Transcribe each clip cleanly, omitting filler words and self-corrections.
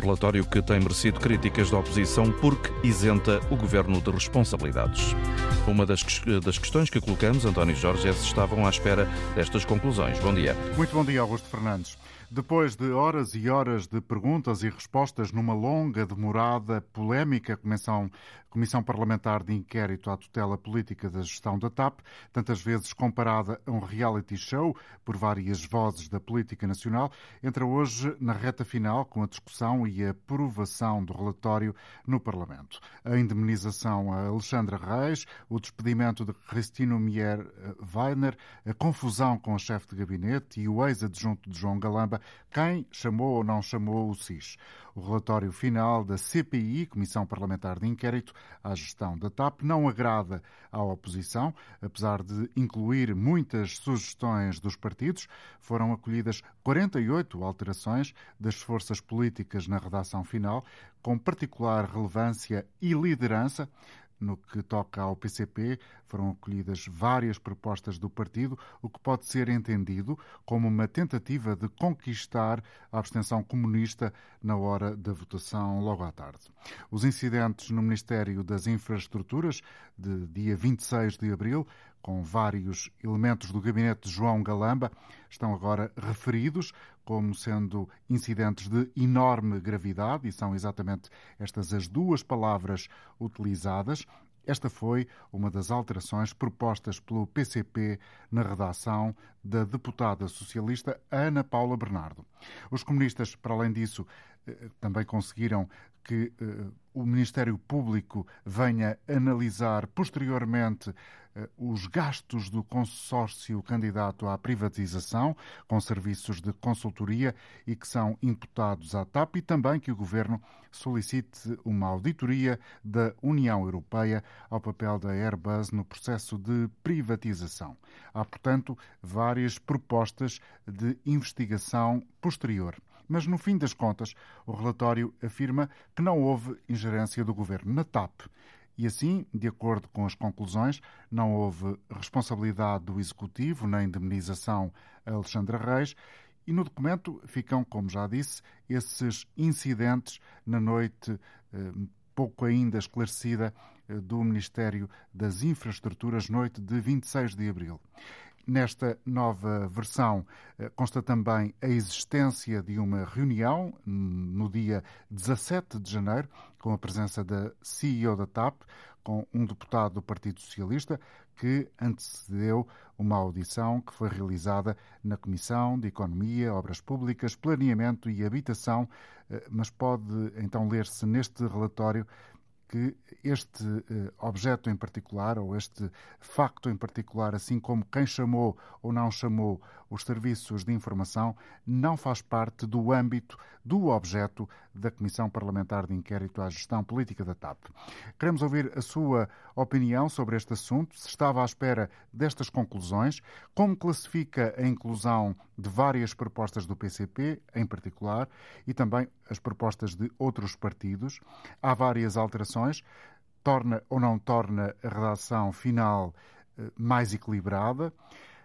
Relatório que tem merecido críticas da oposição porque isenta o governo de responsabilidades. Uma das questões que colocamos, António Jorge, se estavam à espera destas conclusões. Bom dia. Muito bom dia, Augusto Fernandes. Depois de horas e horas de perguntas e respostas numa longa, demorada, polémica Comissão Parlamentar de Inquérito à Tutela Política da Gestão da TAP, tantas vezes comparada a um reality show por várias vozes da política nacional, entra hoje na reta final com a discussão e a aprovação do relatório no Parlamento. A indemnização a Alexandra Reis, o despedimento de Cristino Mier-Weiner, a confusão com a chefe de gabinete e o ex-adjunto de João Galamba, quem chamou ou não chamou o SIS. O relatório final da CPI, Comissão Parlamentar de Inquérito à Gestão da TAP, não agrada à oposição, apesar de incluir muitas sugestões dos partidos. Foram acolhidas 48 alterações das forças políticas na redação final, com particular relevância e liderança. No que toca ao PCP, foram acolhidas várias propostas do partido, o que pode ser entendido como uma tentativa de conquistar a abstenção comunista na hora da votação logo à tarde. Os incidentes no Ministério das Infraestruturas, de dia 26 de abril, com vários elementos do gabinete de João Galamba, estão agora referidos como sendo incidentes de enorme gravidade, e são exatamente estas as duas palavras utilizadas. Esta foi uma das alterações propostas pelo PCP na redação da deputada socialista Ana Paula Bernardo. Os comunistas, para além disso, também conseguiram que o Ministério Público venha analisar posteriormente os gastos do consórcio candidato à privatização, com serviços de consultoria e que são imputados à TAP, e também que o Governo solicite uma auditoria da União Europeia ao papel da Airbus no processo de privatização. Há, portanto, várias propostas de investigação posterior. Mas, no fim das contas, o relatório afirma que não houve ingerência do Governo na TAP. E assim, de acordo com as conclusões, não houve responsabilidade do Executivo na indemnização a Alexandra Reis, e no documento ficam, como já disse, esses incidentes na noite pouco ainda esclarecida do Ministério das Infraestruturas, noite de 26 de abril. Nesta nova versão consta também a existência de uma reunião no dia 17 de janeiro, com a presença da CEO da TAP, com um deputado do Partido Socialista, que antecedeu uma audição que foi realizada na Comissão de Economia, Obras Públicas, Planeamento e Habitação, mas pode então ler-se neste relatório que este objeto em particular, ou este facto em particular, assim como quem chamou ou não chamou os serviços de informação, não faz parte do âmbito do objeto da Comissão Parlamentar de Inquérito à Gestão Política da TAP. Queremos ouvir a sua opinião sobre este assunto, se estava à espera destas conclusões, como classifica a inclusão de várias propostas do PCP, em particular, e também as propostas de outros partidos. Há várias alterações. Torna ou não torna a redação final mais equilibrada?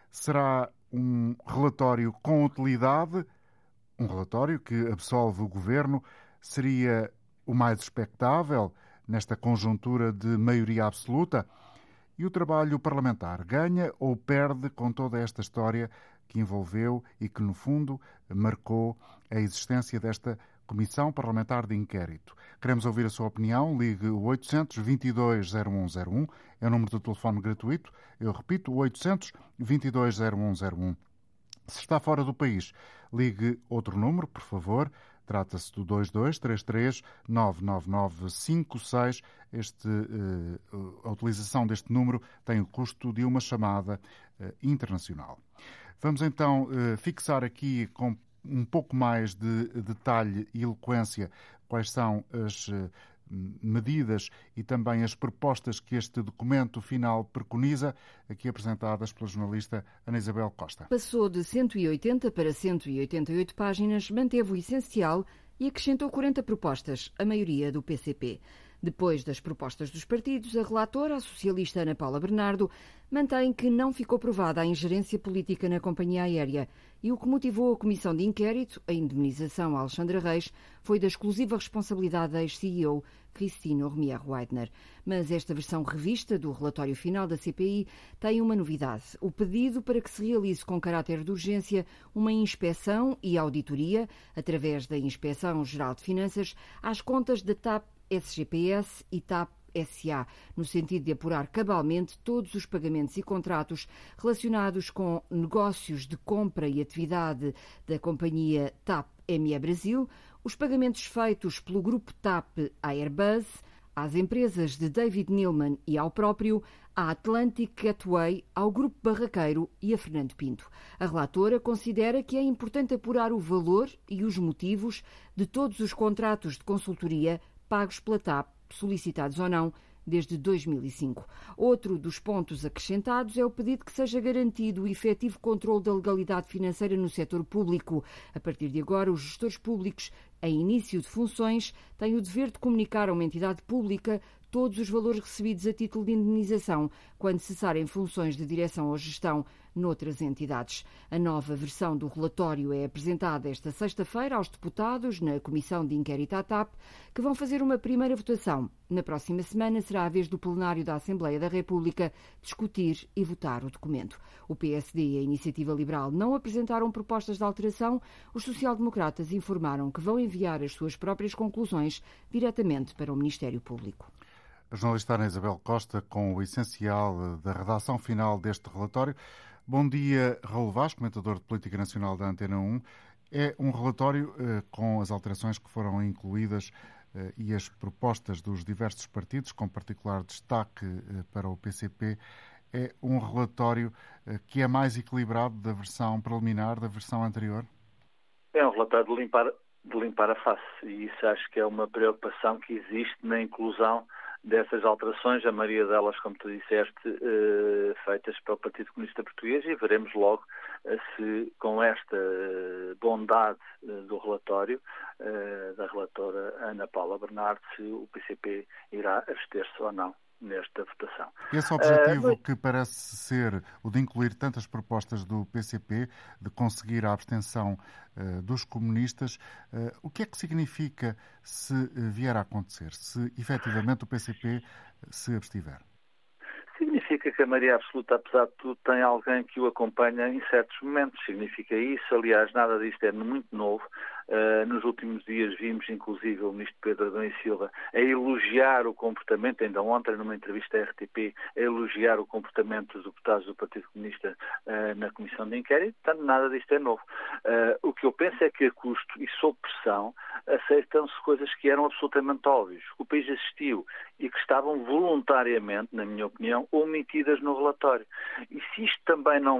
Será um relatório com utilidade? Um relatório que absolve o Governo? Seria o mais expectável nesta conjuntura de maioria absoluta? E o trabalho parlamentar ganha ou perde com toda esta história que envolveu e que, no fundo, marcou a existência desta Comissão Parlamentar de Inquérito? Queremos ouvir a sua opinião. Ligue o 800-220101, é o número de telefone gratuito. Eu repito, o 800-220101. Se está fora do país, ligue outro número, por favor. Trata-se do 2233-99956. A utilização deste número tem o custo de uma chamada internacional. Vamos então fixar aqui com um pouco mais de detalhe e eloquência quais são as medidas e também as propostas que este documento final preconiza, aqui apresentadas pela jornalista Ana Isabel Costa. Passou de 180 para 188 páginas, manteve o essencial e acrescentou 40 propostas, a maioria do PCP. Depois das propostas dos partidos, a relatora, a socialista Ana Paula Bernardo, mantém que não ficou provada a ingerência política na companhia aérea e o que motivou a comissão de inquérito, a indemnização a Alexandra Reis, foi da exclusiva responsabilidade da ex-CEO Christine Romier-Weidner. Mas esta versão revista do relatório final da CPI tem uma novidade: o pedido para que se realize com caráter de urgência uma inspeção e auditoria, através da Inspeção Geral de Finanças, às contas da TAP SGPS e TAP SA, no sentido de apurar cabalmente todos os pagamentos e contratos relacionados com negócios de compra e atividade da companhia TAP ME Brasil, os pagamentos feitos pelo grupo TAP à Airbus, às empresas de David Neilman e ao próprio, à Atlantic Gateway, ao Grupo Barraqueiro e a Fernando Pinto. A relatora considera que é importante apurar o valor e os motivos de todos os contratos de consultoria pagos pela TAP, solicitados ou não, desde 2005. Outro dos pontos acrescentados é o pedido que seja garantido o efetivo controle da legalidade financeira no setor público. A partir de agora, os gestores públicos, em início de funções, têm o dever de comunicar a uma entidade pública todos os valores recebidos a título de indemnização, quando cessarem funções de direção ou gestão noutras entidades. A nova versão do relatório é apresentada esta sexta-feira aos deputados na Comissão de Inquérito à TAP, que vão fazer uma primeira votação. Na próxima semana será a vez do plenário da Assembleia da República discutir e votar o documento. O PSD e a Iniciativa Liberal não apresentaram propostas de alteração. Os social-democratas informaram que vão enviar as suas próprias conclusões diretamente para o Ministério Público. A jornalista Ana Isabel Costa com o essencial da redação final deste relatório. Bom dia, Raul Vaz, comentador de Política Nacional da Antena 1. É um relatório com as alterações que foram incluídas e as propostas dos diversos partidos, com particular destaque para o PCP. É um relatório que é mais equilibrado da versão preliminar, da versão anterior? É um relatório de limpar a face, e isso acho que é uma preocupação que existe na inclusão dessas alterações, a maioria delas, como tu disseste, feitas pelo Partido Comunista Português, e veremos logo se com esta bondade do relatório da relatora Ana Paula Bernardo, se o PCP irá abster-se ou não nesta votação. Esse objetivo que parece ser o de incluir tantas propostas do PCP, de conseguir a abstenção dos comunistas, o que é que significa se vier a acontecer, se efetivamente o PCP se abstiver? Significa que a maioria absoluta, apesar de tudo, tem alguém que o acompanha em certos momentos. Significa isso. Aliás, nada disto é muito novo. Nos últimos dias vimos, inclusive, o ministro Pedro Adão e Silva a elogiar o comportamento, ainda ontem, numa entrevista à RTP, a elogiar o comportamento dos deputados do Partido Comunista na Comissão de Inquérito. Portanto, nada disto é novo. O que eu penso é que, a custo e sob pressão, aceitam-se coisas que eram absolutamente óbvias, que o país assistiu e que estavam voluntariamente, na minha opinião, omitidas no relatório. E se isto também não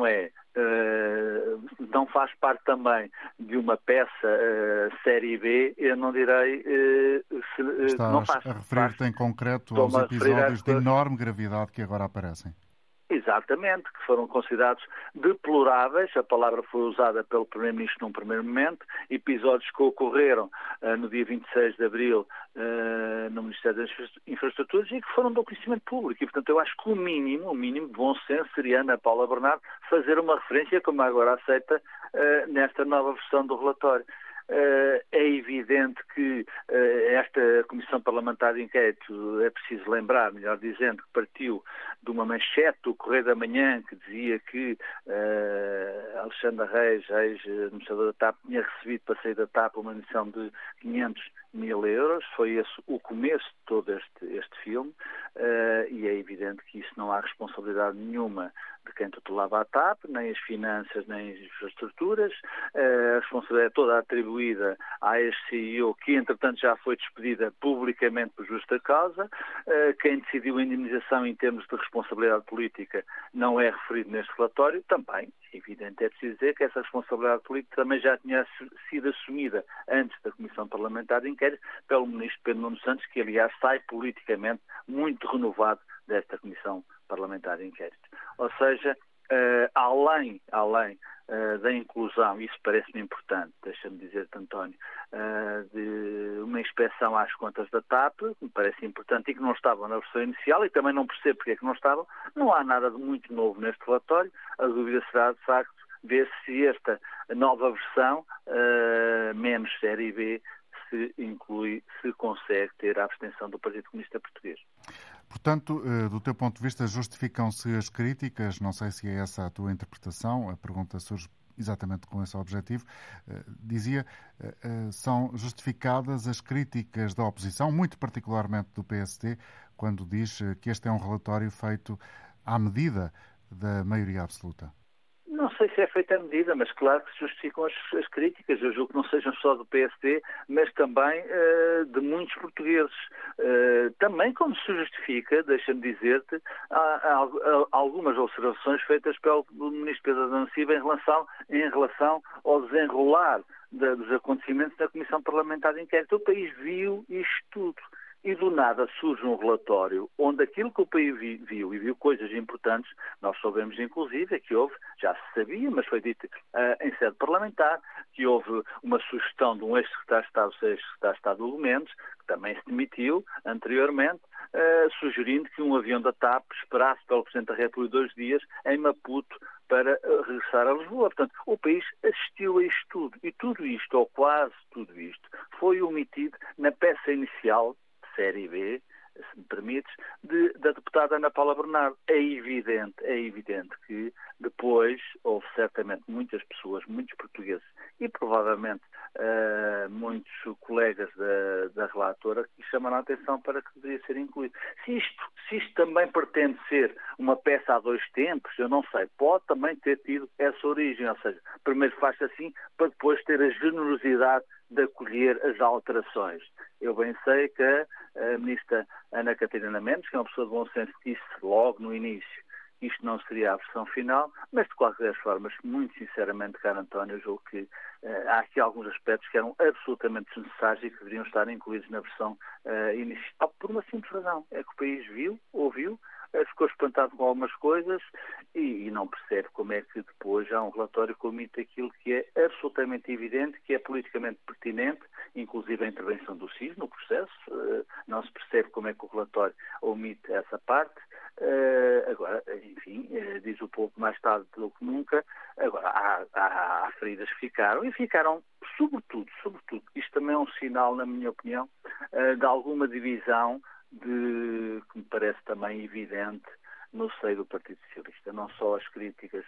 faz parte também de uma peça série B, eu não direi se não faz. Estás a referir-te em concreto aos episódios de enorme gravidade que agora aparecem. Exatamente, que foram considerados deploráveis, a palavra foi usada pelo Primeiro-Ministro num primeiro momento, episódios que ocorreram no dia 26 de abril no Ministério das Infraestruturas e que foram do conhecimento público. E, portanto, eu acho que o mínimo de bom senso seria Ana Paula Bernardo fazer uma referência, como agora aceita, nesta nova versão do relatório. É evidente que esta Comissão Parlamentar de Inquérito, é preciso lembrar, melhor dizendo, que partiu de uma manchete do Correio da Manhã que dizia que Alexandra Reis, ex-administradora da TAP, tinha recebido para sair da TAP uma missão de 500 mil euros. Foi esse o começo de todo este filme e é evidente que isso não há responsabilidade nenhuma de quem tutelava a TAP, nem as finanças, nem as infraestruturas. A responsabilidade é toda atribuída à ex-CEO, que entretanto já foi despedida publicamente por justa causa. Quem decidiu a indemnização em termos de responsabilidade política não é referido neste relatório. Também, é evidente, é preciso dizer que essa responsabilidade política também já tinha sido assumida antes da Comissão Parlamentar de Inquérito pelo ministro Pedro Nuno Santos, que aliás sai politicamente muito renovado desta Comissão Parlamentar de Inquérito. Ou seja, além da inclusão, isso parece-me importante, deixa-me dizer-te, António, de uma inspeção às contas da TAP, me parece importante e que não estavam na versão inicial, e também não percebo porque é que não estavam. Não há nada de muito novo neste relatório, a dúvida será, de facto, ver se esta nova versão, menos série B, se consegue ter a abstenção do Partido Comunista Português. Portanto, do teu ponto de vista, justificam-se as críticas? Não sei se é essa a tua interpretação, a pergunta surge exatamente com esse objetivo. Dizia, são justificadas as críticas da oposição, muito particularmente do PSD, quando diz que este é um relatório feito à medida da maioria absoluta. Não sei se é feita a medida, mas claro que se justificam as críticas. Eu julgo que não sejam só do PSD, mas também de muitos portugueses. Também, como se justifica, deixa-me dizer-te, há algumas observações feitas pelo Ministro Pedro Adão Silva em relação ao desenrolar dos acontecimentos da Comissão Parlamentar de Inquérito. O país viu isto tudo. E do nada surge um relatório onde aquilo que o país viu, e viu coisas importantes, nós soubemos inclusive que houve, já se sabia, mas foi dito em sede parlamentar, que houve uma sugestão de um ex-secretário de Estado, ex-secretário de Estado Hugo Mendes, que também se demitiu anteriormente, sugerindo que um avião da TAP esperasse pelo Presidente da República 2 dias em Maputo para regressar a Lisboa. Portanto, o país assistiu a isto tudo. E tudo isto, ou quase tudo isto, foi omitido na peça inicial, série B, se me permites, da deputada Ana Paula Bernardo. É evidente que depois houve certamente muitas pessoas, muitos portugueses e provavelmente muitos colegas da relatora que chamaram a atenção para que deveria ser incluído. Se isto também pretende ser uma peça a dois tempos, eu não sei, pode também ter tido essa origem, ou seja, primeiro faz assim para depois ter a generosidade de acolher as alterações. Eu bem sei que a ministra Ana Catarina Mendes, que é uma pessoa de bom senso, disse logo no início que isto não seria a versão final, mas de qualquer forma, muito sinceramente, caro António, eu julgo que há aqui alguns aspectos que eram absolutamente desnecessários e que deveriam estar incluídos na versão inicial, por uma simples razão, é que o país viu, ouviu, ficou espantado com algumas coisas e não percebe como é que depois há um relatório que omite aquilo que é absolutamente evidente, que é politicamente pertinente, inclusive a intervenção do CIS no processo. Não se percebe como é que o relatório omite essa parte. Agora, enfim, diz o povo mais tarde do que nunca. Agora, há feridas que ficaram, e ficaram sobretudo, isto também é um sinal, na minha opinião, de alguma divisão que me parece também evidente no seio do Partido Socialista. Não só as críticas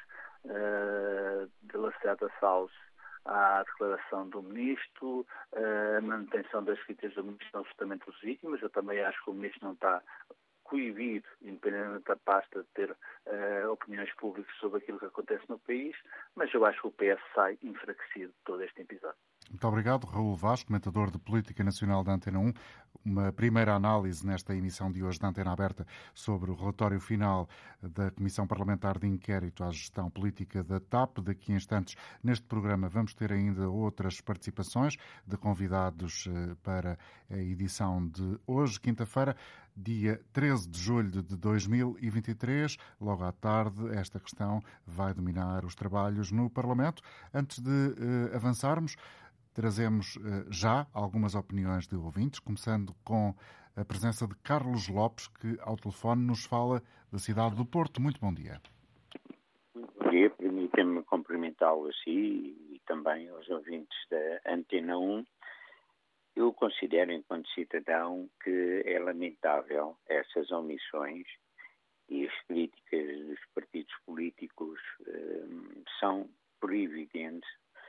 de Lacerda Salles à declaração do Ministro, a manutenção das críticas do Ministro são absolutamente legítimas. Eu também acho que o Ministro não está coibido, independentemente da pasta, de ter opiniões públicas sobre aquilo que acontece no país, mas eu acho que o PS sai enfraquecido de todo este episódio. Muito obrigado, Raul Vaz, comentador de Política Nacional da Antena 1. Uma primeira análise nesta emissão de hoje da Antena Aberta sobre o relatório final da Comissão Parlamentar de Inquérito à Gestão Política da TAP. Daqui a instantes, neste programa, vamos ter ainda outras participações de convidados para a edição de hoje, quinta-feira, dia 13 de julho de 2023. Logo à tarde, esta questão vai dominar os trabalhos no Parlamento. Antes de avançarmos, trazemos já algumas opiniões de ouvintes, começando com a presença de Carlos Lopes, que ao telefone nos fala da cidade do Porto. Muito bom dia. Bom dia, permitem-me cumprimentá-lo a si e também aos ouvintes da Antena 1. Eu considero, enquanto cidadão, que é lamentável essas omissões e as críticas dos partidos políticos são por evidente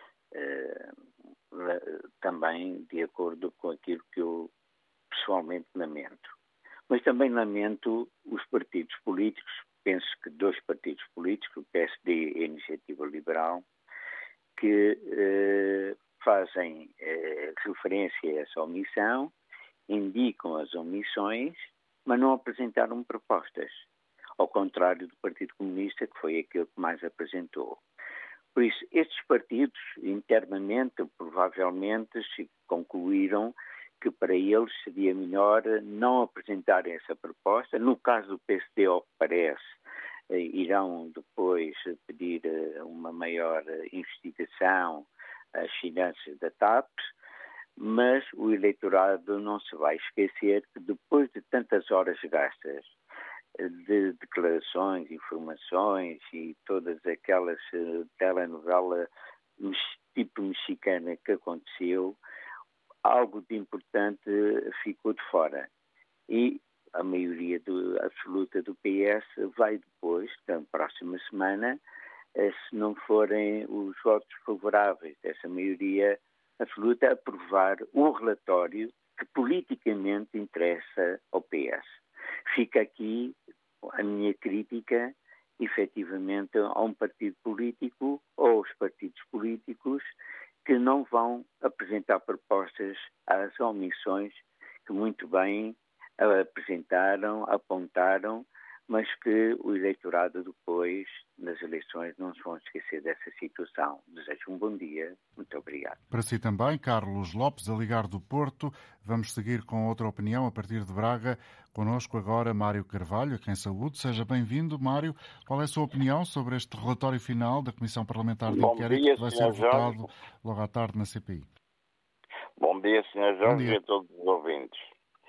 também de acordo com aquilo que eu pessoalmente lamento. Mas também lamento os partidos políticos, penso que dois partidos políticos, o PSD e a Iniciativa Liberal, que fazem referência a essa omissão, indicam as omissões, mas não apresentaram propostas, ao contrário do Partido Comunista, que foi aquele que mais apresentou. Por isso, estes partidos, internamente, provavelmente, concluíram que para eles seria melhor não apresentarem essa proposta. No caso do PSD, ao que parece, irão depois pedir uma maior investigação às finanças da TAP, mas o eleitorado não se vai esquecer que depois de tantas horas gastas de declarações, informações e todas aquelas telenovelas tipo mexicana que aconteceu, algo de importante ficou de fora. E a maioria absoluta do PS vai depois, na próxima semana, se não forem os votos favoráveis dessa maioria absoluta, aprovar o relatório que politicamente interessa ao PS. Fica aqui a minha crítica, efetivamente, a um partido político ou aos partidos políticos que não vão apresentar propostas às omissões que muito bem apresentaram, apontaram, mas que o eleitorado depois, nas eleições, não se vão esquecer dessa situação. Desejo um bom dia. Muito obrigado. Para si também, Carlos Lopes, a ligar do Porto. Vamos seguir com outra opinião a partir de Braga. Connosco agora Mário Carvalho, a quem saúde. Seja bem-vindo, Mário. Qual é a sua opinião sobre este relatório final da Comissão Parlamentar de Inquérito que vai ser votado logo à tarde na CPI? Bom dia, Sr. Jorge, e a todos os ouvintes.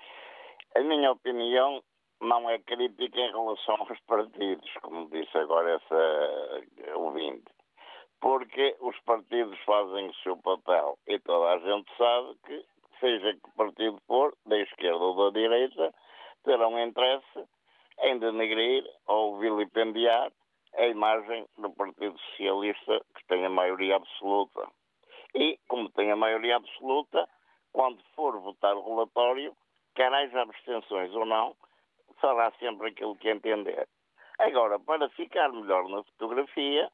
A minha opinião não é crítica em relação aos partidos, como disse agora essa ouvinte, porque os partidos fazem o seu papel e toda a gente sabe que, seja que partido for, da esquerda ou da direita, terão interesse em denegrir ou vilipendiar a imagem do Partido Socialista, que tem a maioria absoluta. E, como tem a maioria absoluta, quando for votar o relatório, quer haja abstenções ou não, fará sempre aquilo que entender. Agora, para ficar melhor na fotografia,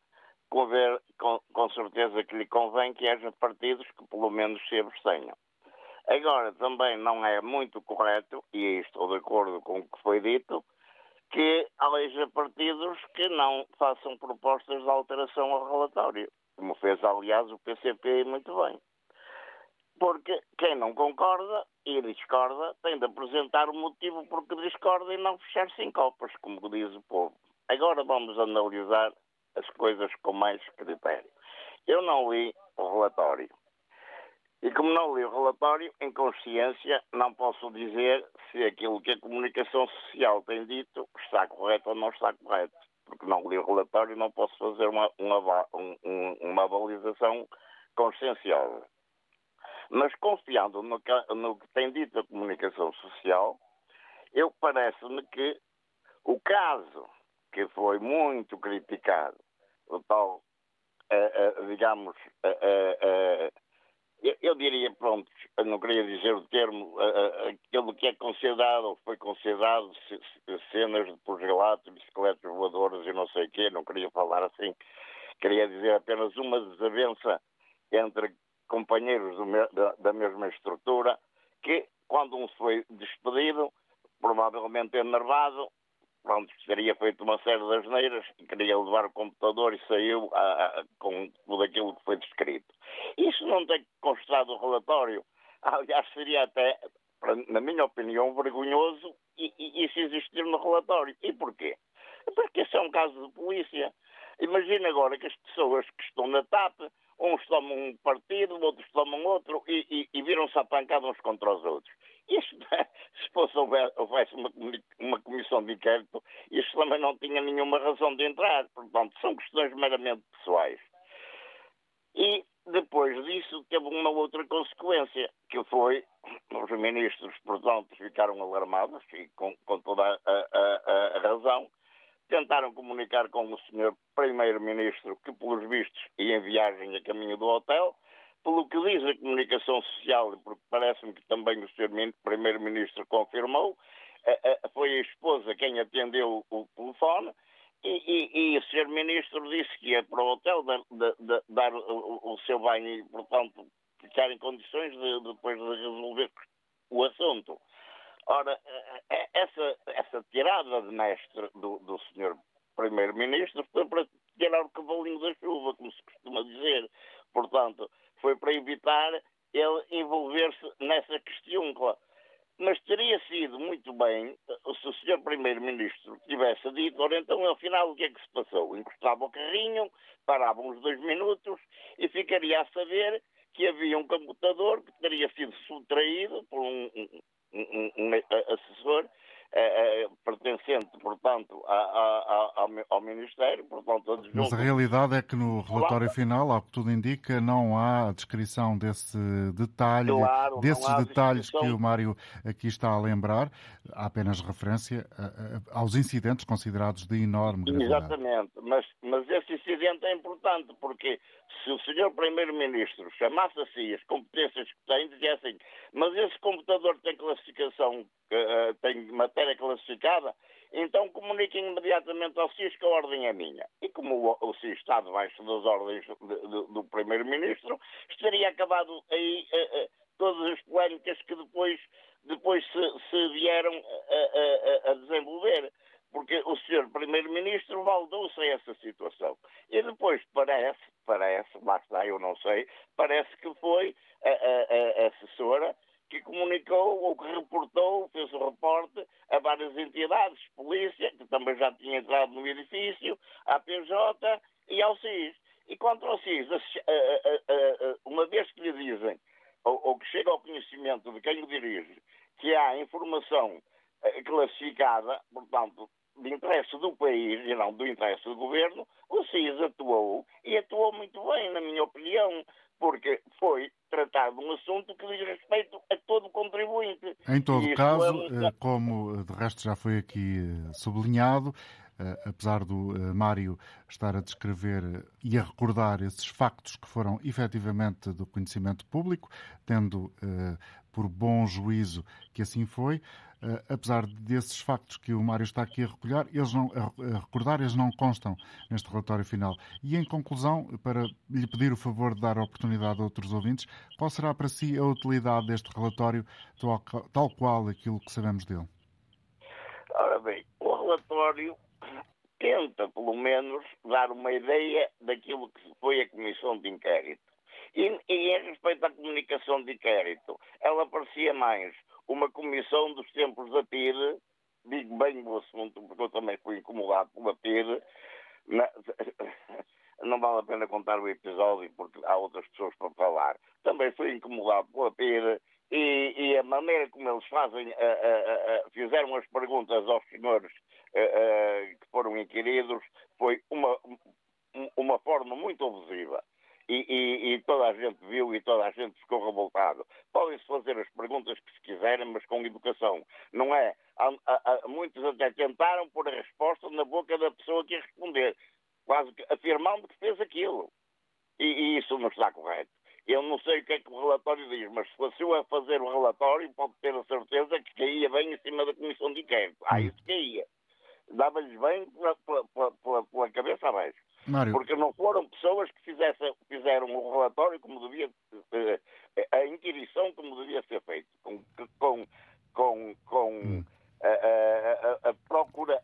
com certeza que lhe convém que haja partidos que pelo menos se abstenham. Agora, também não é muito correto, e estou de acordo com o que foi dito, que haja partidos que não façam propostas de alteração ao relatório, como fez, aliás, o PCP muito bem. Porque quem não concorda e discorda tem de apresentar o motivo porque discorda e não fechar sem copas, como diz o povo. Agora vamos analisar as coisas com mais critério. Eu não li o relatório. E como não li o relatório, em consciência, não posso dizer se aquilo que a comunicação social tem dito está correto ou não está correto. Porque não li o relatório e não posso fazer uma avaliação conscienciosa. Mas confiando no que tem dito a comunicação social, parece-me que o caso que foi muito criticado, o tal, eu diria, pronto, eu não queria dizer o termo, aquilo que é considerado, ou foi considerado, cenas de pugilato, bicicletas voadoras e não sei o quê, não queria falar assim, queria dizer apenas uma desavença entre companheiros da mesma estrutura, que quando um foi despedido, provavelmente enervado, pronto, teria feito uma série de asneiras e queria levar o computador e saiu com tudo aquilo que foi descrito. Isso não tem constado o relatório. Aliás, seria até, na minha opinião, vergonhoso isso existir no relatório. E porquê? Porque esse é um caso de polícia. Imagina agora que as pessoas que estão na TAP, uns tomam um partido, outros tomam outro e viram-se a pancada uns contra os outros. Isto, se houvesse uma comissão de inquérito, isto também não tinha nenhuma razão de entrar. Portanto, são questões meramente pessoais. E depois disso teve uma outra consequência, que foi os ministros, portanto, ficaram alarmados, e com toda a razão, tentaram comunicar com o Sr. Primeiro-Ministro, que, pelos vistos, ia em viagem a caminho do hotel. Pelo que diz a comunicação social, porque parece-me que também o Sr. Primeiro-Ministro confirmou, foi a esposa quem atendeu o telefone e o Sr. Ministro disse que ia para o hotel dar o seu banho e, portanto, ficar em condições depois de resolver o assunto. Ora, essa tirada de mestre do Sr. Primeiro-Ministro foi para tirar o cavalinho da chuva, como se costuma dizer. Portanto, foi para evitar ele envolver-se nessa questão. mas teria sido muito bem se o Sr. Primeiro-Ministro tivesse dito, ora então, afinal, o que é que se passou? Encostava o carrinho, parava uns 2 minutos e ficaria a saber que havia um computador que teria sido subtraído por um assessor pertencente, portanto, ao Ministério, portanto, adjunto. Mas a realidade é que no relatório final, ao que tudo indica, não há descrição desse detalhe, Claro, desses detalhes descrição que o Mário aqui está a lembrar. Há apenas referência aos incidentes considerados de enorme gravidade. Exatamente, mas esse incidente é importante, porque se o Sr. Primeiro-Ministro chamasse assim as competências que tem, dizia assim, mas esse computador tem classificação, tem matéria classificada, então comuniquem imediatamente ao SIS que a ordem é minha. E como o SIS está debaixo das ordens do Primeiro-Ministro, estaria acabado aí todas as polémicas que depois se vieram a desenvolver. Porque o Sr. Primeiro-Ministro valdou-se a essa situação. E depois parece, lá está, eu não sei, parece que foi a assessora que comunicou ou que reportou, fez o reporte a várias entidades, polícia, que também já tinha entrado no edifício, à PJ e ao SIS. E quanto ao SIS, uma vez que lhe dizem, ou que chega ao conhecimento de quem o dirige, que há informação classificada, portanto, de interesse do país e não do interesse do governo, o SIS atuou muito bem, na minha opinião, porque foi tratado um assunto que diz respeito a todo contribuinte. Em todo caso, como de resto já foi aqui sublinhado, apesar do Mário estar a descrever e a recordar esses factos que foram efetivamente do conhecimento público, tendo por bom juízo que assim foi, apesar desses factos que o Mário está aqui a recordar, eles não constam neste relatório final. E em conclusão, para lhe pedir o favor de dar a oportunidade a outros ouvintes, qual será para si a utilidade deste relatório, tal qual aquilo que sabemos dele? Ora bem, o relatório tenta, pelo menos, dar uma ideia daquilo que foi a Comissão de Inquérito. E em respeito à comunicação de inquérito, ela parecia mais uma comissão dos tempos da PIDE, digo bem o assunto, porque eu também fui incomodado pela PIDE. Não vale a pena contar o episódio, porque há outras pessoas para falar. Também fui incomodado pela PIDE e a maneira como eles fizeram as perguntas aos senhores que foram inquiridos foi uma forma muito abusiva. E toda a gente viu e toda a gente ficou revoltado. Podem-se fazer as perguntas que se quiserem, mas com educação. Não é? Muitos até tentaram pôr a resposta na boca da pessoa que ia responder, quase que afirmando que fez aquilo. E isso não está correto. Eu não sei o que é que o relatório diz, mas se fosse eu a fazer o relatório, pode ter a certeza que caía bem em cima da comissão de inquérito. Isso caía. Dava-lhes bem pela cabeça abaixo. Mário. Porque não foram pessoas que fizeram o relatório como devia, a inquirição como devia ser feito, a procura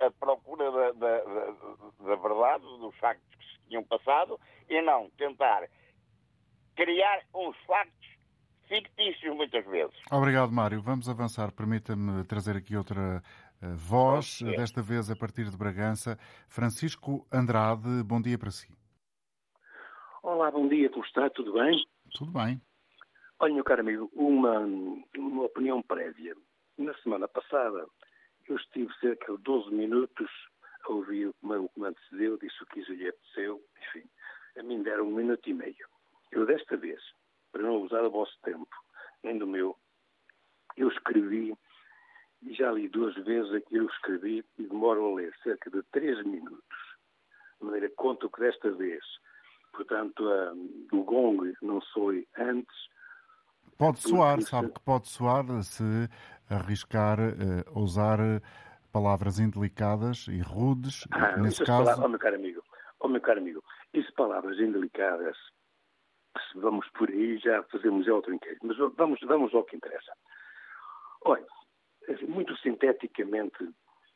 da verdade, dos factos que se tinham passado, e não tentar criar uns factos fictícios muitas vezes. Obrigado, Mário. Vamos avançar. Permita-me trazer aqui outra voz, desta vez a partir de Bragança. Francisco Andrade, bom dia para si. Olá, bom dia, como está? Tudo bem? Tudo bem. Olha, meu caro amigo, uma opinião prévia. Na semana passada, eu estive cerca de 12 minutos a ouvir o que me antecedeu, disse o que lhe apeteceu, enfim, a mim deram 1 minuto e meio. Eu, desta vez, para não usar o vosso tempo, nem do meu, eu escrevi, e já li 2 vezes aquilo que escrevi, e demoro a ler cerca de 3 minutos. De maneira que conto que desta vez, portanto, o gong não soe antes. Pode soar, sabe que pode soar se arriscar usar palavras indelicadas e rudes. Nesse caso... meu caro amigo, isso palavras indelicadas, se vamos por aí, já fazemos outro inquérito. Mas vamos ao que interessa. Olha, muito sinteticamente,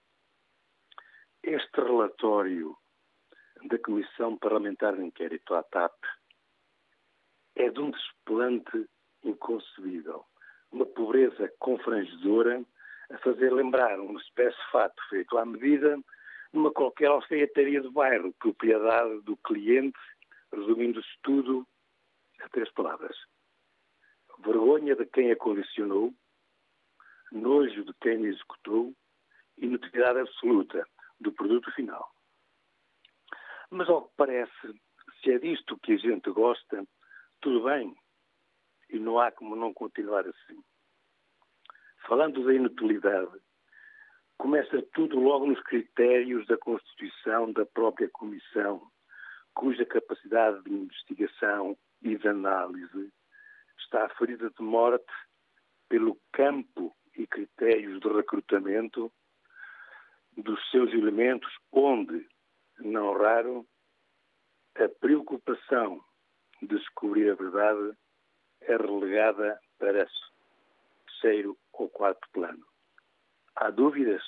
este relatório da Comissão Parlamentar de Inquérito à TAP é de um desplante inconcebível, uma pobreza beleza confrangedora a fazer lembrar uma espécie de fato feito à medida numa qualquer alfaiataria do bairro, propriedade do cliente, resumindo-se tudo a 3 palavras. Vergonha de quem a condicionou, nojo de quem a executou e notoriedade absoluta do produto final. Mas, ao que parece, se é disto que a gente gosta, tudo bem, e não há como não continuar assim. Falando da inutilidade, começa tudo logo nos critérios da constituição da própria Comissão, cuja capacidade de investigação e de análise está ferida de morte pelo campo e critérios de recrutamento dos seus elementos, onde, não raro, a preocupação de descobrir a verdade é relegada para terceiro ou quarto plano. Há dúvidas?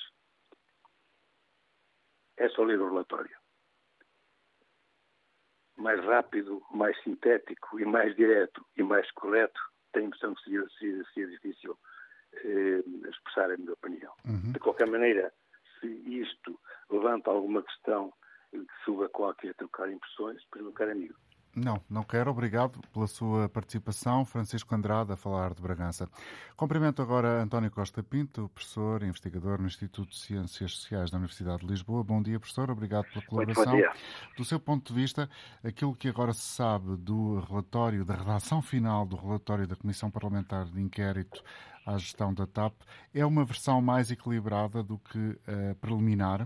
É só ler o relatório. Mais rápido, mais sintético e mais direto e mais correto, tenho a impressão que seria difícil expressar a minha opinião. De qualquer maneira, se isto levanta alguma questão que suba qualquer trocar impressões, pois meu caro amigo. Não quero. Obrigado pela sua participação. Francisco Andrade, a falar de Bragança. Cumprimento agora António Costa Pinto, professor e investigador no Instituto de Ciências Sociais da Universidade de Lisboa. Bom dia, professor. Obrigado pela colaboração. Muito bom dia. Do seu ponto de vista, aquilo que agora se sabe do relatório, da redação final do relatório da Comissão Parlamentar de Inquérito à gestão da TAP, é uma versão mais equilibrada do que preliminar?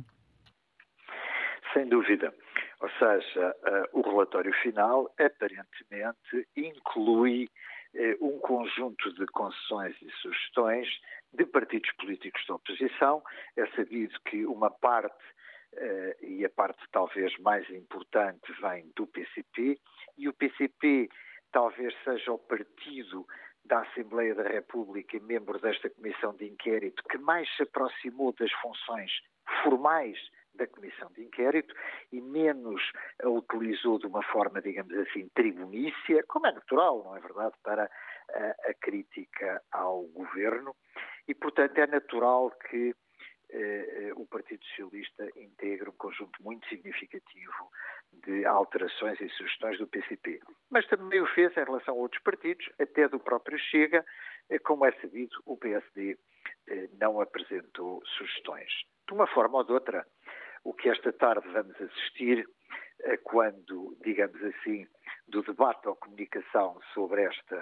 Sem dúvida. Ou seja, o relatório final aparentemente inclui um conjunto de concessões e sugestões de partidos políticos da oposição. É sabido que uma parte, e a parte talvez mais importante, vem do PCP, e o PCP talvez seja o partido da Assembleia da República e membro desta Comissão de Inquérito que mais se aproximou das funções formais da Comissão de Inquérito e menos a utilizou de uma forma, digamos assim, tribunícia, como é natural, não é verdade, para a crítica ao governo. E, portanto, é natural que o Partido Socialista integre um conjunto muito significativo de alterações e sugestões do PCP. Mas também o fez em relação a outros partidos, até do próprio Chega. Como é sabido, o PSD não apresentou sugestões. De uma forma ou de outra, o que esta tarde vamos assistir, quando, digamos assim, do debate ou comunicação sobre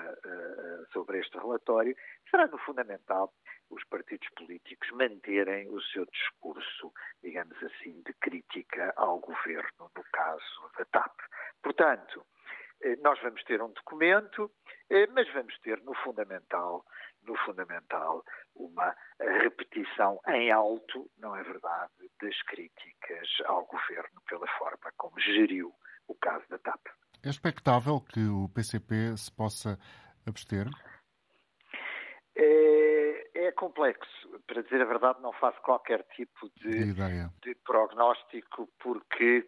este relatório, será no fundamental os partidos políticos manterem o seu discurso, digamos assim, de crítica ao governo, no caso da TAP. Portanto, nós vamos ter um documento, mas vamos ter no fundamental, uma repetição em alto, não é verdade, das críticas ao governo pela forma como geriu o caso da TAP. É expectável que o PCP se possa abster? É complexo. Para dizer a verdade, não faço qualquer tipo de prognóstico, porque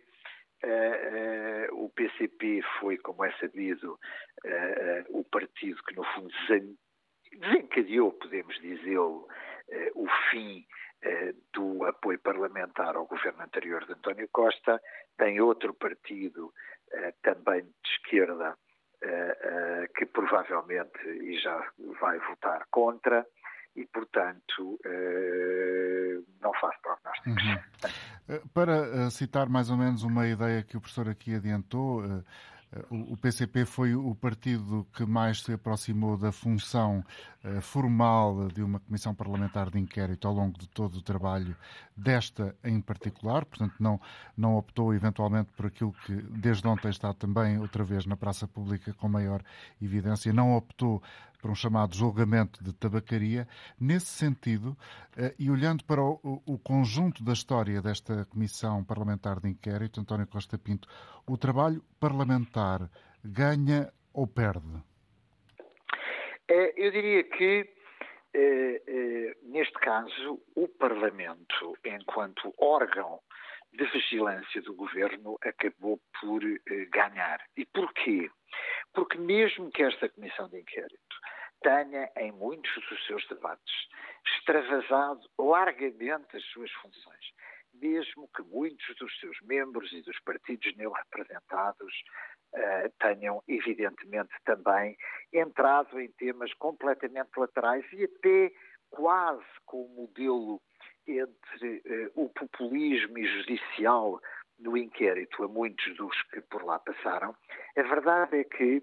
o PCP foi, como é sabido, o partido que, no fundo, desencadeou, podemos dizê-lo, o fim do apoio parlamentar ao governo anterior de António Costa. Tem outro partido, também de esquerda, que provavelmente e já vai votar contra e, portanto, não faço prognósticos. Para citar mais ou menos uma ideia que o professor aqui adiantou, o PCP foi o partido que mais se aproximou da função formal de uma comissão parlamentar de inquérito ao longo de todo o trabalho desta em particular, portanto não optou eventualmente por aquilo que desde ontem está também outra vez na praça pública com maior evidência, não optou por um chamado julgamento de tabacaria. Nesse sentido, e olhando para o conjunto da história desta Comissão Parlamentar de Inquérito, António Costa Pinto, o trabalho parlamentar ganha ou perde? Eu diria que, neste caso, o Parlamento, enquanto órgão de vigilância do governo, acabou por ganhar. E porquê? Porque mesmo que esta Comissão de Inquérito tenha, em muitos dos seus debates, extravasado largamente as suas funções, mesmo que muitos dos seus membros e dos partidos nele representados tenham, evidentemente, também entrado em temas completamente laterais e até quase com o modelo entre o populismo e judicial no inquérito a muitos dos que por lá passaram. A verdade é que,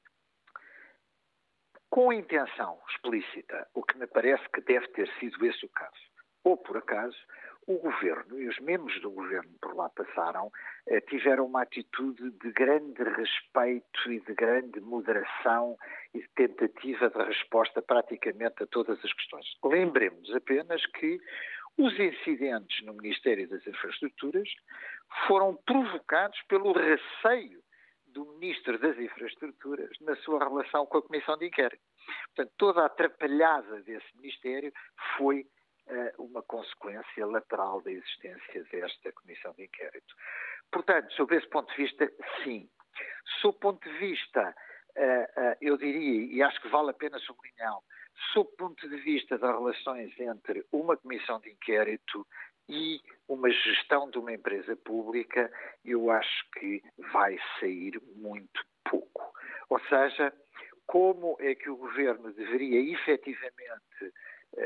com intenção explícita, o que me parece que deve ter sido esse o caso, ou por acaso, o Governo e os membros do Governo por lá passaram tiveram uma atitude de grande respeito e de grande moderação e de tentativa de resposta praticamente a todas as questões. Lembremos apenas que os incidentes no Ministério das Infraestruturas foram provocados pelo receio do Ministro das Infraestruturas na sua relação com a Comissão de Inquérito. Portanto, toda a atrapalhada desse Ministério foi uma consequência lateral da existência desta Comissão de Inquérito. Portanto, sob esse ponto de vista, sim. Sob o ponto de vista, eu diria, e acho que vale a pena sublinhá-lo, sob o ponto de vista das relações entre uma Comissão de Inquérito e uma gestão de uma empresa pública, eu acho que vai sair muito pouco. Ou seja, como é que o Governo deveria efetivamente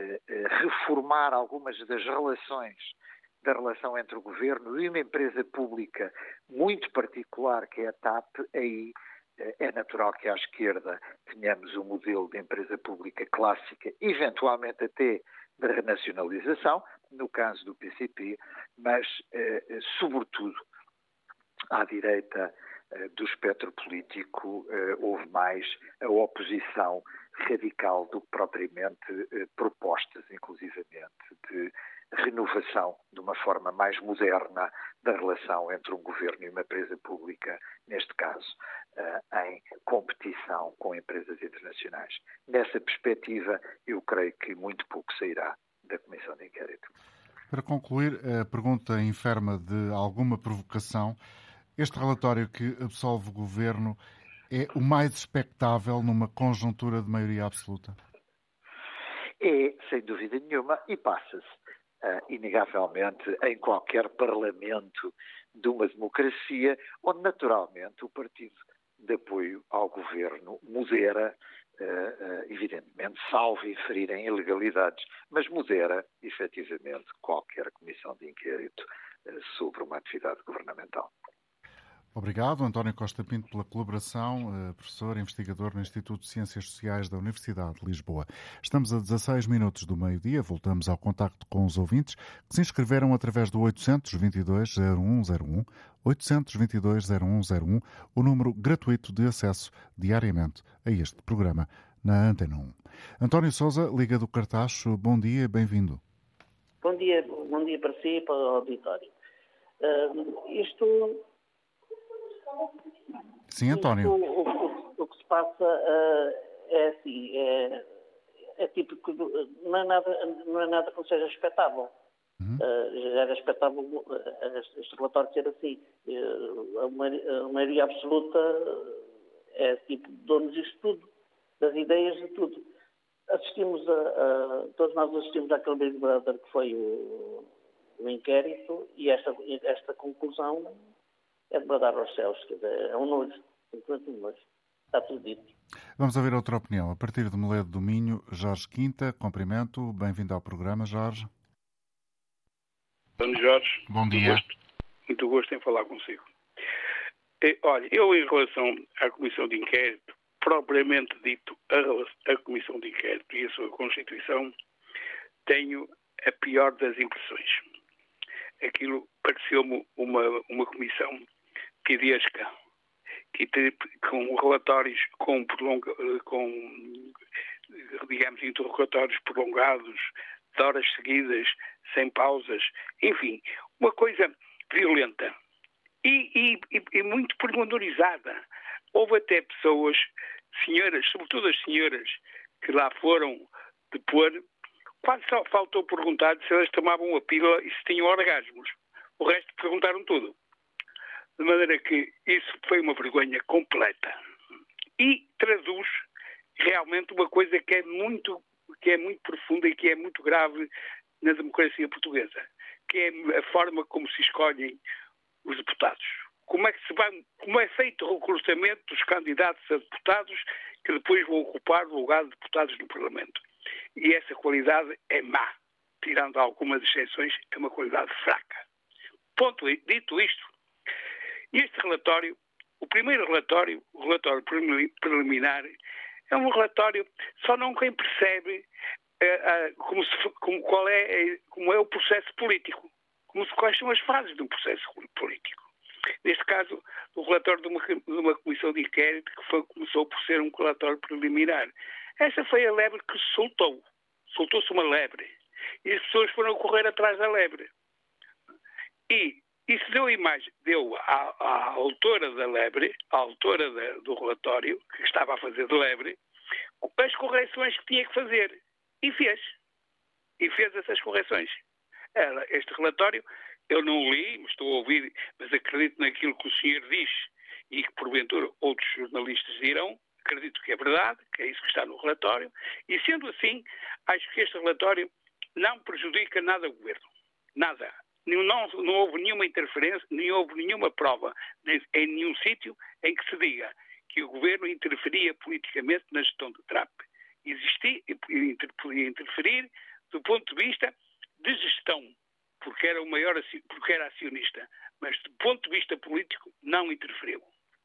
reformar algumas das relações da relação entre o Governo e uma empresa pública muito particular que é a TAP, aí é natural que à esquerda tenhamos um modelo de empresa pública clássica, eventualmente até de renacionalização, no caso do PCP, mas, sobretudo, à direita do espectro político houve mais a oposição radical do que propriamente propostas, inclusivamente, de renovação de uma forma mais moderna da relação entre um governo e uma empresa pública, neste caso, em competição com empresas internacionais. Nessa perspectiva, eu creio que muito pouco sairá da Comissão de Inquérito. Para concluir, a pergunta enferma de alguma provocação. Este relatório que absolve o Governo é o mais expectável numa conjuntura de maioria absoluta? É, sem dúvida nenhuma, e passa-se, inegavelmente, em qualquer parlamento de uma democracia, onde, naturalmente, o partido de apoio ao Governo modera, evidentemente, salvo inferirem ilegalidades, mas modera, efetivamente, qualquer comissão de inquérito sobre uma atividade governamental. Obrigado, António Costa Pinto, pela colaboração, professor investigador no Instituto de Ciências Sociais da Universidade de Lisboa. Estamos a 16 minutos do meio-dia, voltamos ao contacto com os ouvintes que se inscreveram através do 822-0101, 822-0101, o número gratuito de acesso diariamente a este programa na Antena 1. António Sousa, Liga do Cartacho, bom dia, bem-vindo. Bom dia para si e para o auditório. Sim, António. O que se passa é assim, é típico, não é nada que não seja expectável. Já era expectável este relatório ser assim. A maioria absoluta é tipo, dou-nos isto tudo, das ideias de tudo. Todos nós assistimos àquele Big Brother que foi o inquérito e esta conclusão é de bradar aos céus, quer dizer, é um nojo, simplesmente um nojo. Está tudo dito. Vamos ouvir outra opinião. A partir de Moledo do Minho, Jorge Quinta, cumprimento. Bem-vindo ao programa, Jorge. Dona Jorge. Bom dia. Muito gosto em falar consigo. Olha, eu em relação à Comissão de Inquérito, propriamente dito, a Comissão de Inquérito e a sua Constituição, tenho a pior das impressões. Aquilo pareceu-me uma comissão pidiesca, com relatórios, digamos, interrogatórios prolongados, de horas seguidas, sem pausas, enfim, uma coisa violenta e muito pormenorizada. Houve até pessoas, senhoras, sobretudo as senhoras, que lá foram depor, quase só faltou perguntar se elas tomavam a pílula e se tinham orgasmos. O resto perguntaram tudo. De maneira que isso foi uma vergonha completa. E traduz realmente uma coisa que é muito profunda e que é muito grave na democracia portuguesa, que é a forma como se escolhem os deputados. Como é feito o recrutamento dos candidatos a deputados que depois vão ocupar o lugar de deputados no Parlamento. E essa qualidade é má. Tirando algumas exceções, é uma qualidade fraca. Dito isto, este relatório, o primeiro relatório, o relatório preliminar, é um relatório, só não quem percebe como é o processo político, quais são as fases de um processo político. Neste caso, o relatório de uma comissão de inquérito que começou por ser um relatório preliminar. Essa foi a lebre que se soltou. Soltou-se uma lebre. E as pessoas foram correr atrás da lebre. E isso deu à autora da lebre, à autora do relatório, que estava a fazer de lebre, as correções que tinha que fazer. E fez. E fez essas correções. Este relatório, eu não li, mas estou a ouvir, mas acredito naquilo que o senhor diz e que, porventura, outros jornalistas dirão. Acredito que é verdade, que é isso que está no relatório. E, sendo assim, acho que este relatório não prejudica nada o governo. Nada. Não houve nenhuma interferência, nem houve nenhuma prova em nenhum sítio em que se diga que o governo interferia politicamente na gestão do TRAP. Podia interferir do ponto de vista de gestão, porque era acionista, mas do ponto de vista político não interferiu.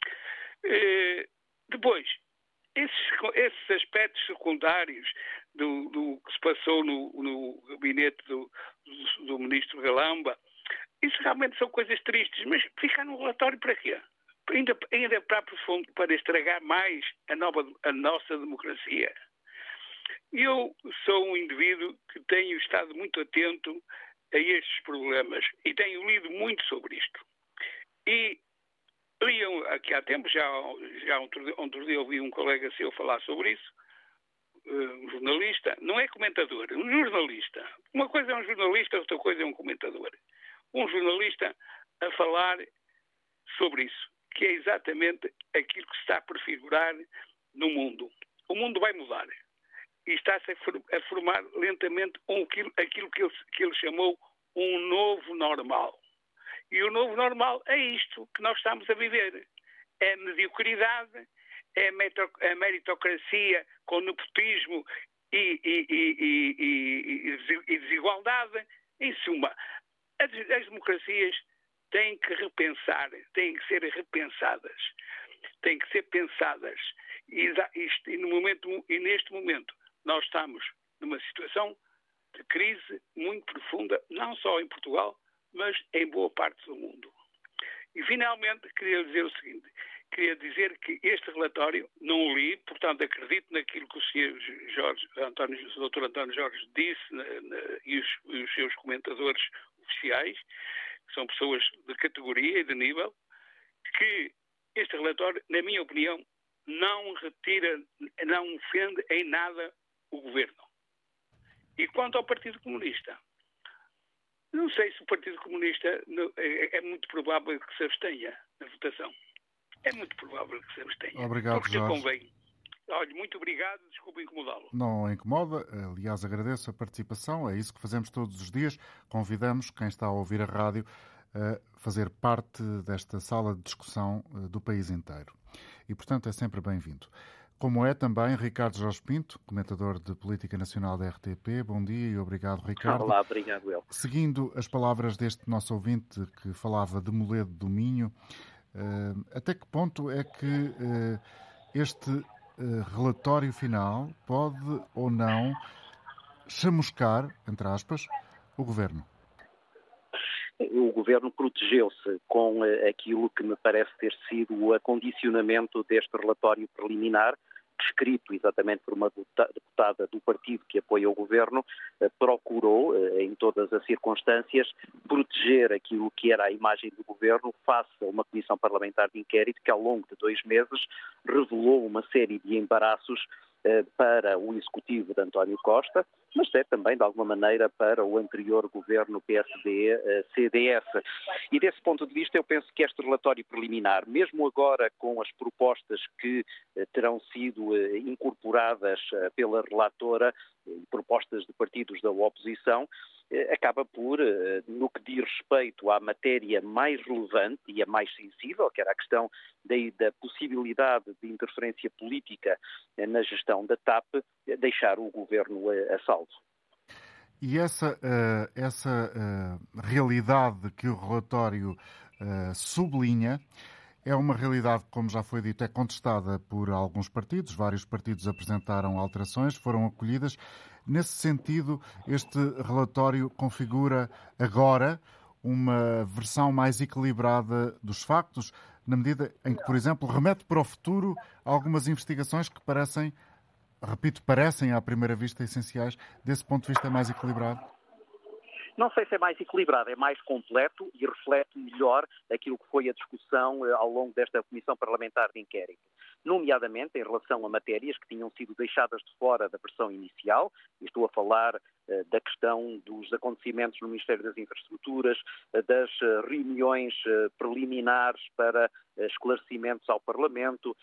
Depois, esses aspectos secundários do que se passou no gabinete do ministro Galamba, isso realmente são coisas tristes, mas ficar no relatório para quê? Ainda para estragar mais a nossa democracia. Eu sou um indivíduo que tenho estado muito atento a estes problemas e tenho lido muito sobre isto. E li aqui há tempo, já outro dia ouvi um colega seu falar sobre isso, um jornalista, não é comentador, um jornalista. Uma coisa é um jornalista, outra coisa é um comentador. Um jornalista a falar sobre isso, que é exatamente aquilo que se está a prefigurar no mundo. O mundo vai mudar e está-se a formar lentamente aquilo que ele chamou um novo normal. E o novo normal é isto que nós estamos a viver. É a mediocridade, é a meritocracia com nepotismo e desigualdade. Em suma, as democracias têm que repensar, têm que ser repensadas, têm que ser pensadas. E neste momento nós estamos numa situação de crise muito profunda, não só em Portugal, mas em boa parte do mundo. E, finalmente, queria dizer o seguinte. Queria dizer que este relatório não o li, portanto, acredito naquilo que o Sr. Dr. António Jorge disse e os seus comentadores oficiais, que são pessoas de categoria e de nível, que este relatório, na minha opinião, não ofende em nada o governo. E quanto ao Partido Comunista, não sei se o Partido Comunista é muito provável que se abstenha na votação. É muito provável que se abstenha. Obrigado, Jorge. Convém. Olha, muito obrigado, desculpa incomodá-lo. Não incomoda, aliás, agradeço a participação, é isso que fazemos todos os dias. Convidamos quem está a ouvir a rádio a fazer parte desta sala de discussão do país inteiro. E, portanto, é sempre bem-vindo. Como é também Ricardo Jorge Pinto, comentador de Política Nacional da RTP. Bom dia e obrigado, Ricardo. Olá, obrigado, eu. Seguindo as palavras deste nosso ouvinte que falava de Moledo do Minho, até que ponto é que este relatório final pode ou não chamuscar, entre aspas, o Governo? O Governo protegeu-se com aquilo que me parece ter sido o acondicionamento deste relatório preliminar, escrito exatamente por uma deputada do partido que apoia o Governo, procurou, em todas as circunstâncias, proteger aquilo que era a imagem do Governo face a uma comissão parlamentar de inquérito que, ao longo de 2 meses, revelou uma série de embaraços para o executivo de António Costa, mas é também, de alguma maneira, para o anterior governo PSD-CDS. E desse ponto de vista, eu penso que este relatório preliminar, mesmo agora com as propostas que terão sido incorporadas pela relatora, propostas de partidos da oposição, acaba por, no que diz respeito à matéria mais relevante e a mais sensível, que era a questão da possibilidade de interferência política na gestão da TAP, deixar o governo a salvo. E essa realidade que o relatório sublinha é uma realidade, como já foi dito, é contestada por alguns partidos. Vários partidos apresentaram alterações, foram acolhidas. Nesse sentido, este relatório configura agora uma versão mais equilibrada dos factos, na medida em que, por exemplo, remete para o futuro algumas investigações que parecem à primeira vista essenciais. Desse ponto de vista, é mais equilibrado? Não sei se é mais equilibrado, é mais completo e reflete melhor aquilo que foi a discussão ao longo desta Comissão Parlamentar de Inquérito, nomeadamente em relação a matérias que tinham sido deixadas de fora da versão inicial. Estou a falar da questão dos acontecimentos no Ministério das Infraestruturas, das reuniões preliminares para esclarecimentos ao Parlamento,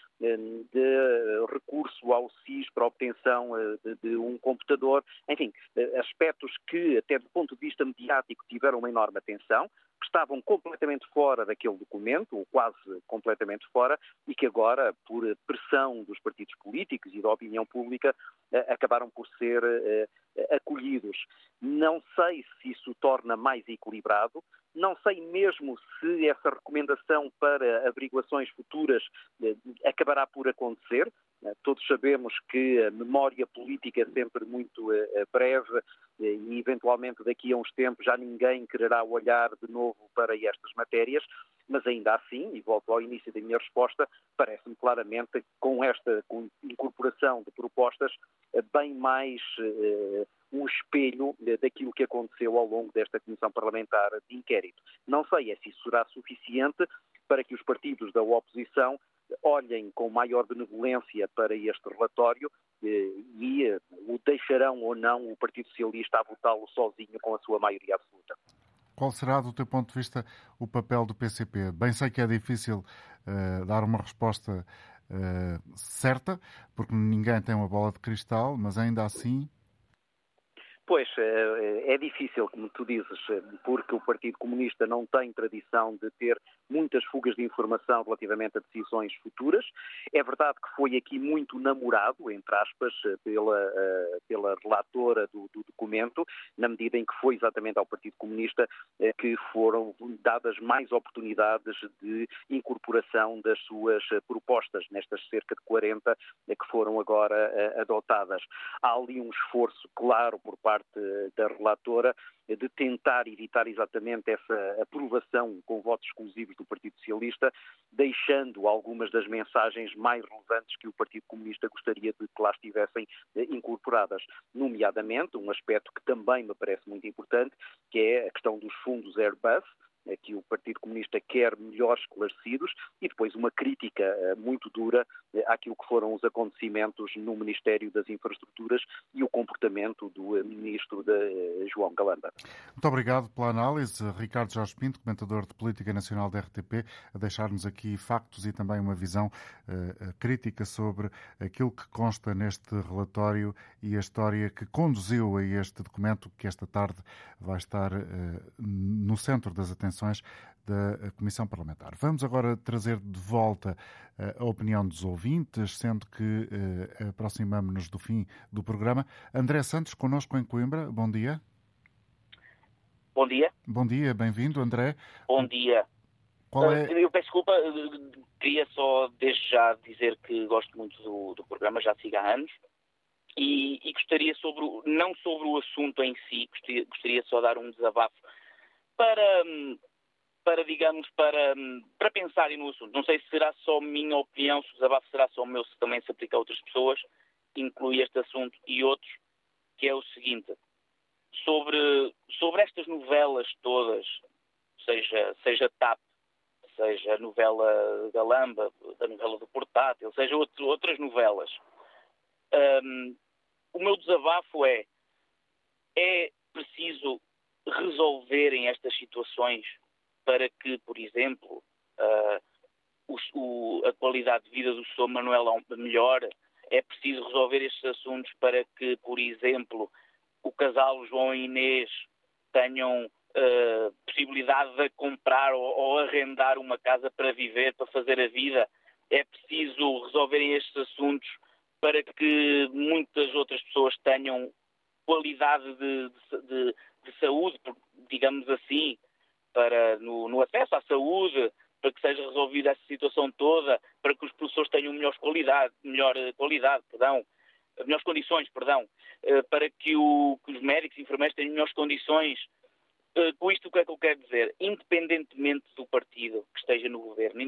de recurso ao SIS para a obtenção de um computador, enfim, aspectos que, até do ponto de vista mediático, tiveram uma enorme atenção, que estavam completamente fora daquele documento, ou quase completamente fora, e que agora, por pressão dos partidos políticos e da opinião pública, acabaram por ser acolhidos. Não sei se isso torna mais equilibrado, não sei mesmo se essa recomendação para averiguações futuras acabará por acontecer. Todos sabemos que a memória política é sempre muito breve e, eventualmente, daqui a uns tempos já ninguém quererá olhar de novo para estas matérias, mas ainda assim, e volto ao início da minha resposta, parece-me claramente que com esta incorporação de propostas bem mais um espelho daquilo que aconteceu ao longo desta Comissão Parlamentar de Inquérito. Não sei se isso será suficiente para que os partidos da oposição olhem com maior benevolência para este relatório e o deixarão ou não o Partido Socialista a votá-lo sozinho com a sua maioria absoluta. Qual será, do teu ponto de vista, o papel do PCP? Bem sei que é difícil dar uma resposta certa, porque ninguém tem uma bola de cristal, mas ainda assim... Pois, é difícil, como tu dizes, porque o Partido Comunista não tem tradição de ter muitas fugas de informação relativamente a decisões futuras. É verdade que foi aqui muito namorado, entre aspas, pela relatora do documento, na medida em que foi exatamente ao Partido Comunista que foram dadas mais oportunidades de incorporação das suas propostas, nestas cerca de 40 que foram agora adotadas. Há ali um esforço claro por parte da relatora de tentar evitar exatamente essa aprovação com votos exclusivos do Partido Socialista, deixando algumas das mensagens mais relevantes que o Partido Comunista gostaria de que lá estivessem incorporadas, nomeadamente um aspecto que também me parece muito importante, que é a questão dos fundos Airbus, que o Partido Comunista quer melhor esclarecidos, e depois uma crítica muito dura àquilo que foram os acontecimentos no Ministério das Infraestruturas e o comportamento do Ministro João Galamba. Muito obrigado pela análise. Ricardo Jorge Pinto, comentador de Política Nacional da RTP, a deixar-nos aqui factos e também uma visão crítica sobre aquilo que consta neste relatório e a história que conduziu a este documento que esta tarde vai estar no centro das atenções da Comissão Parlamentar. Vamos agora trazer de volta a opinião dos ouvintes, sendo que aproximamos-nos do fim do programa. André Santos, connosco em Coimbra. Bom dia. Bom dia. Bom dia, bem-vindo, André. Bom dia. Qual é... Eu peço desculpa, queria só desde já dizer que gosto muito do programa, já sigo há anos, e gostaria não sobre o assunto em si, gostaria só de dar um desabafo para pensarem no assunto. Não sei se será só minha opinião, se o desabafo será só meu, se também se aplica a outras pessoas, inclui este assunto e outros, que é o seguinte: sobre estas novelas todas, seja TAP, seja a novela Galamba, a novela do Portátil, seja outras novelas, O meu desabafo é preciso resolverem estas situações para que, por exemplo, a qualidade de vida do Sr. Manuel melhore. É preciso resolver estes assuntos para que, por exemplo, o casal João e Inês tenham possibilidade de comprar ou arrendar uma casa para viver, para fazer a vida. É preciso resolverem estes assuntos para que muitas outras pessoas tenham qualidade de saúde, digamos assim, no acesso à saúde, para que seja resolvida essa situação toda, para que os professores tenham melhores condições, para que os médicos e enfermeiros tenham melhores condições. Com isto, o que é que eu quero dizer? Independentemente do partido que esteja no governo,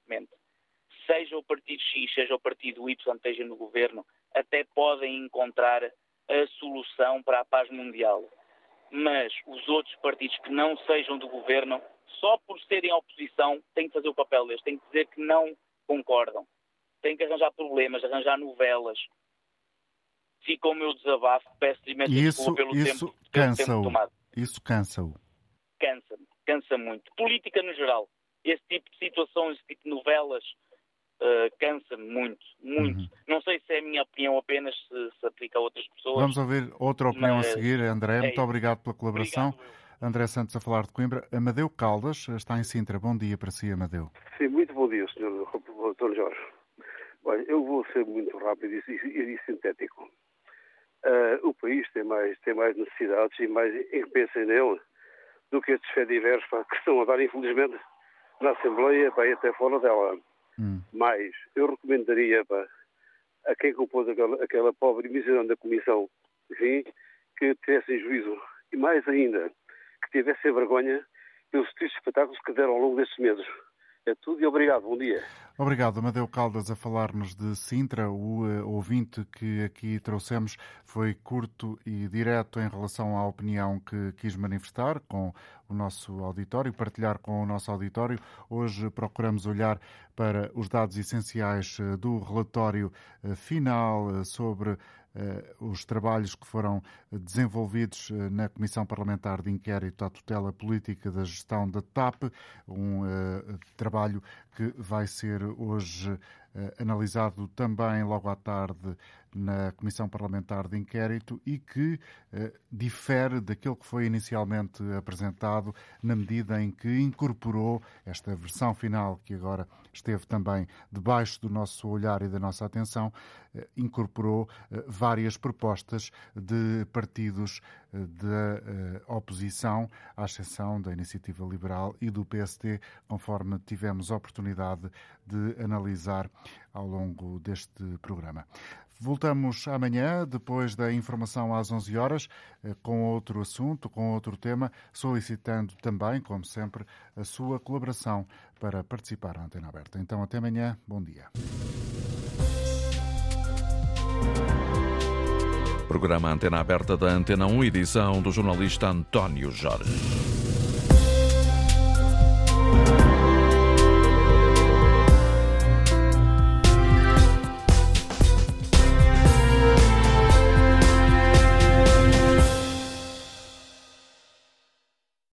seja o partido X, seja o partido Y que esteja no governo, até podem encontrar a solução para a paz mundial. Mas os outros partidos que não sejam do governo, só por serem oposição, têm que fazer o papel deles, têm que dizer que não concordam, têm que arranjar problemas, arranjar novelas. Fica o meu desabafo, peço imensa desculpa pelo tempo tomado. Isso cansa-o. Cansa muito. Política no geral. Esse tipo de situações, esse tipo de novelas, cansa-me muito. Não sei se é a minha opinião apenas, se aplica a outras pessoas. Vamos ouvir outra opinião a seguir, André. Muito obrigado pela colaboração. André Santos a falar de Coimbra. Amadeu Caldas está em Sintra. Bom dia para si, Amadeu. Sim, muito bom dia, Sr. Dr. Jorge. Olha, eu vou ser muito rápido e sintético. O país tem mais necessidades e mais em que pensem nele do que estes fediveres que estão a dar, infelizmente, na Assembleia e até fora dela. Mas eu recomendaria a quem compôs aquela pobre e miserável comissão, enfim, que tivessem juízo e, mais ainda, que tivessem vergonha pelos tristes espetáculos que deram ao longo destes meses. É tudo e obrigado. Bom dia. Obrigado, Amadeu Caldas, a falar-nos de Sintra. O ouvinte que aqui trouxemos foi curto e direto em relação à opinião que quis manifestar com o nosso auditório, partilhar com o nosso auditório. Hoje procuramos olhar para os dados essenciais do relatório final sobre os trabalhos que foram desenvolvidos na Comissão Parlamentar de Inquérito à Tutela Política da Gestão da TAP, um trabalho que vai ser hoje analisado também logo à tarde na Comissão Parlamentar de Inquérito e que difere daquilo que foi inicialmente apresentado na medida em que incorporou esta versão final que agora esteve também debaixo do nosso olhar e da nossa atenção, incorporou várias propostas de partidos da oposição, à exceção da Iniciativa Liberal e do PSD, conforme tivemos oportunidade de analisar ao longo deste programa. Voltamos amanhã, depois da informação às 11 horas, com outro assunto, com outro tema, solicitando também, como sempre, a sua colaboração para participar na Antena Aberta. Então, até amanhã. Bom dia. Programa Antena Aberta da Antena 1, edição do jornalista António Jorge.